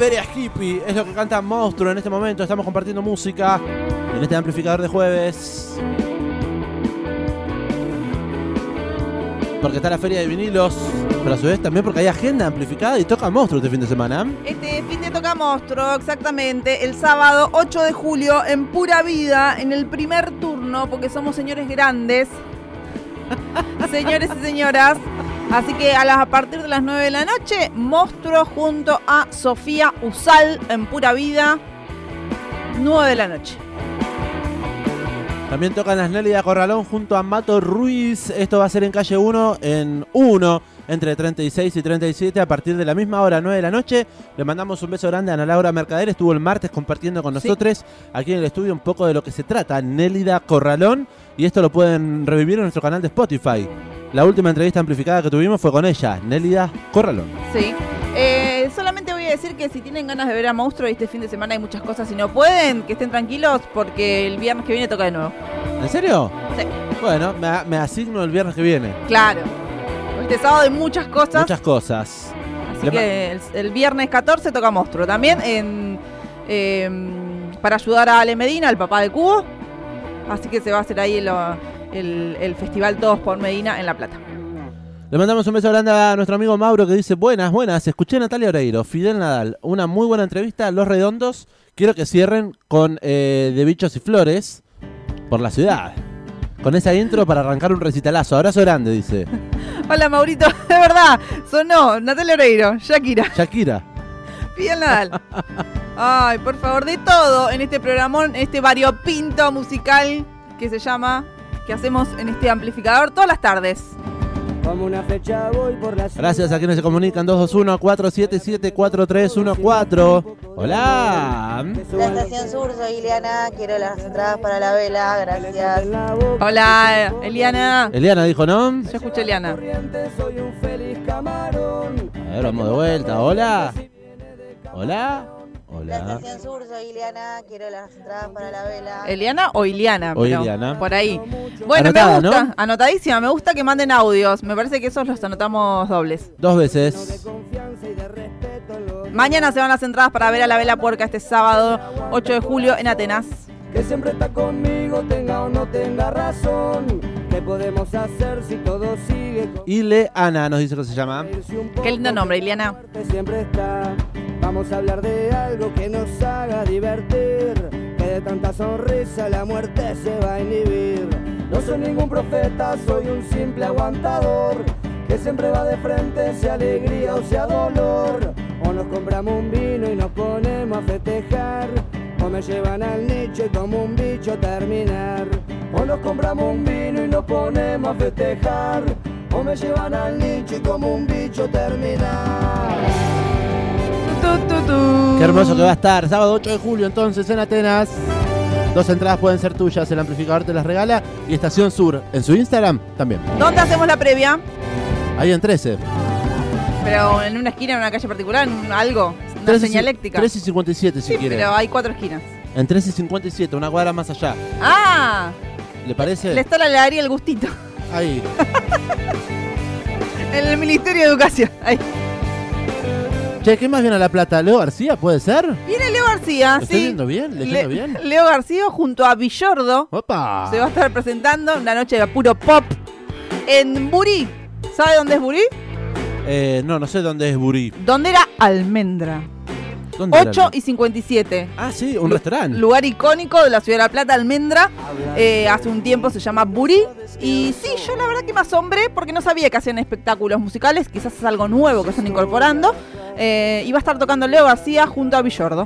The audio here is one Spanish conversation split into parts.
Feria Hippie es lo que canta Monstruo en este momento. Estamos compartiendo música en este amplificador de jueves. Porque está la feria de vinilos, pero a su vez también porque hay agenda amplificada y toca Monstruo este fin de semana. Este fin de toca Monstruo, exactamente, el sábado 8 de julio en Pura Vida, en el primer turno, porque somos señores grandes, señores y señoras. Así que a partir de las 9 de la noche, Monstruo junto a Sofía Usal en Pura Vida, 9 de la noche. También tocan las Nélida Corralón junto a Mato Ruiz. Esto va a ser en calle 1, en 1, entre 36 y 37, a partir de la misma hora, 9 de la noche. Le mandamos un beso grande a Ana Laura Mercader. Estuvo el martes compartiendo con nosotros aquí en el estudio un poco de lo que se trata, Nélida Corralón. Y esto lo pueden revivir en nuestro canal de Spotify. La última entrevista amplificada que tuvimos fue con ella, Nélida Corralón. Sí. Solamente voy a decir que si tienen ganas de ver a Monstruo este fin de semana hay muchas cosas. Si no pueden, que estén tranquilos porque el viernes que viene toca de nuevo. ¿En serio? Sí. Bueno, me asigno el viernes que viene. Claro. Este sábado hay muchas cosas. Muchas cosas. Así que el viernes 14 toca Monstruo. También para ayudar a Ale Medina, el papá de Cubo. Así que se va a hacer ahí el festival Todos por Medina en La Plata. Le mandamos un beso grande a nuestro amigo Mauro que dice: buenas, escuché a Natalia Oreiro, Fidel Nadal, una muy buena entrevista, Los Redondos, quiero que cierren con De Bichos y Flores por la ciudad. Con esa intro para arrancar un recitalazo, abrazo grande, dice. Hola Maurito, de verdad, sonó Natalia Oreiro, Shakira, Fidel Nadal. Ay, por favor, de todo en este programón, este variopinto musical que se llama, que hacemos en este amplificador todas las tardes. Como una flecha voy por la ciudad. Gracias a quienes se comunican, 221-477-4314. Hola. La Estación Sur, soy Ileana, quiero las entradas para la vela, gracias. Hola, Eliana. Eliana dijo, ¿no? Yo escuché Eliana. Soy un feliz camarón. A ver, vamos de vuelta. Hola. Hola. La Hola. Estación Sur, soy Ileana, quiero las entradas para la vela. ¿Eliana o Iliana? O Iliana. Por ahí. Bueno, Anotada, me gusta, ¿no? Anotadísima, me gusta que manden audios. Me parece que esos los anotamos dobles. 2 veces. Mañana se van las entradas para ver a la Vela Puerca este sábado 8 de julio en Atenas. Que siempre está conmigo, tenga o no tenga razón. ¿Qué podemos hacer si todo sigue? Ileana nos dice que se llama. Qué lindo nombre, Ileana. Siempre está. Vamos a hablar de algo que nos haga divertir. Que de tanta sonrisa la muerte se va a inhibir. No soy ningún profeta, soy un simple aguantador. Que siempre va de frente, sea alegría o sea dolor. O nos compramos un vino y nos ponemos a festejar. O me llevan al nicho y como un bicho terminar. O nos compramos un vino y nos ponemos a festejar. O me llevan al nicho y como un bicho terminar. Qué hermoso que va a estar. Sábado 8 de julio entonces en Atenas. 2 entradas pueden ser tuyas. El amplificador te las regala. Y Estación Sur en su Instagram también. ¿Dónde hacemos la previa? Ahí en 13. Pero en una esquina, en una calle particular, en algo. Una señaléctica. 13 y 57 si sí, quiere. Pero hay 4 esquinas. En 13 y 57, una cuadra más allá. ¡Ah! ¿Le parece? Le está la heladería El Gustito. Ahí. En el Ministerio de Educación. Ahí. Che, ¿qué más viene a La Plata? ¿Leo García puede ser? Viene Leo García, ¿Lo sí. estoy viendo bien? ¿Leyendo bien? Leo García junto a Villordo. ¡Opa! Se va a estar presentando una noche de puro pop en Burí. ¿Sabe dónde es Burí? No sé dónde es Burí. ¿Dónde era Almendra? ¿Dónde 8 era? y 57. Ah, sí, un restaurante. Lugar icónico de la ciudad de La Plata, Almendra. Hace un tiempo se llama Burí. Y sí, yo la verdad que me asombré porque no sabía que hacían espectáculos musicales. Quizás es algo nuevo que están incorporando. Y va a estar tocando Leo García junto a Villordo.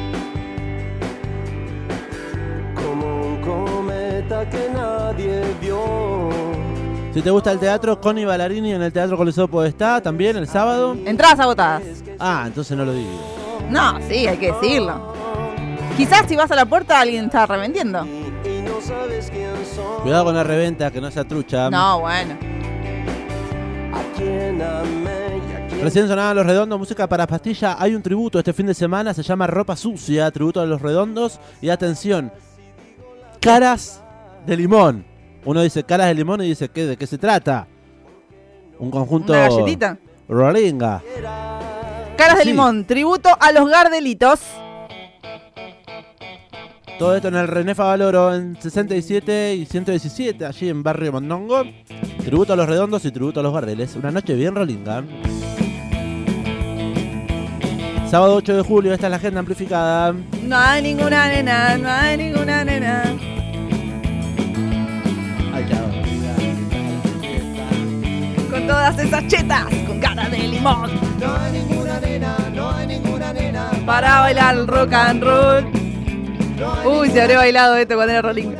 Como un cometa que nadie vio. Si te gusta el teatro, Connie Ballarini en el Teatro Coliseo Podestá también el sábado. Entradas agotadas. Ah, entonces no lo digo. No, sí, hay que decirlo. Quizás si vas a la puerta alguien está revendiendo. Cuidado con la reventa, que no sea trucha. No, bueno. Recién sonaban Los Redondos, música para pastilla. Hay un tributo este fin de semana, se llama Ropa Sucia, tributo a Los Redondos. Y atención, caras de limón. Uno dice caras de limón y dice, ¿de qué se trata? Un conjunto... ¿Una galletita? Rolinga. Caras de Sí. Limón, tributo a los Gardelitos. Todo esto en el René Favaloro en 67 y 117, allí en Barrio Mondongo. Tributo a los Redondos y tributo a los Gardeles. Una noche bien rolinga. Sábado 8 de julio, esta es la agenda amplificada. No hay ninguna nena, no hay ninguna nena. Ay, chao. Con todas esas chetas, con cara de limón. No hay ninguna nena, no hay ninguna nena. Para bailar el rock and roll. Uy, se habré bailado esto cuando era rolling.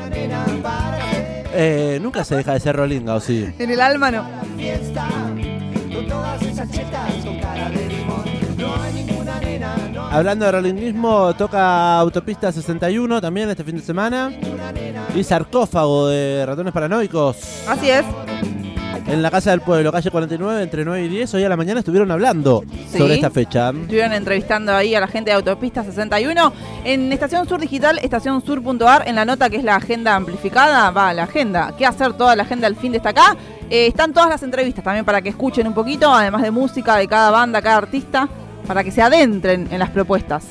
Nunca se deja de ser rolinga, ¿o sí? En el alma no. Fiesta, con todas esas chetas con cara de limón. No hay ninguna nena, no hay Hablando de rolinguismo, toca Autopista 61 también este fin de semana. Y Sarcófago de Ratones Paranoicos. Así es. En la Casa del Pueblo, calle 49, entre 9 y 10. Hoy a la mañana estuvieron hablando Sí. sobre esta fecha. Estuvieron entrevistando ahí a la gente de Autopista 61 en Estación Sur Digital, estacionsur.ar, en la nota que es la agenda amplificada, la agenda, qué hacer toda la agenda al fin de esta acá. Están todas las entrevistas también para que escuchen un poquito, además de música de cada banda, cada artista, para que se adentren en las propuestas.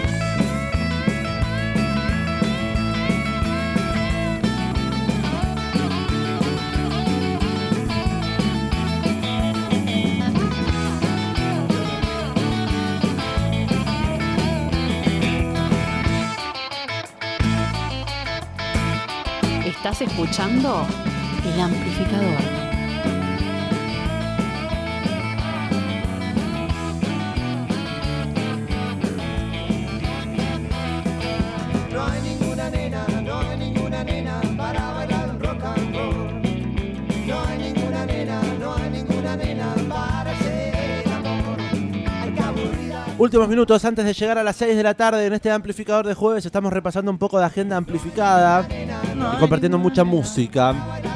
Estás escuchando El Amplificador. No hay ninguna nena, no hay ninguna nena para bailar rock and roll. No hay ninguna nena, no hay ninguna nena para hacer amor. Ay, qué aburrida. Últimos minutos antes de llegar a las 6 de la tarde en este amplificador de jueves. Estamos repasando un poco de agenda amplificada y compartiendo mucha música.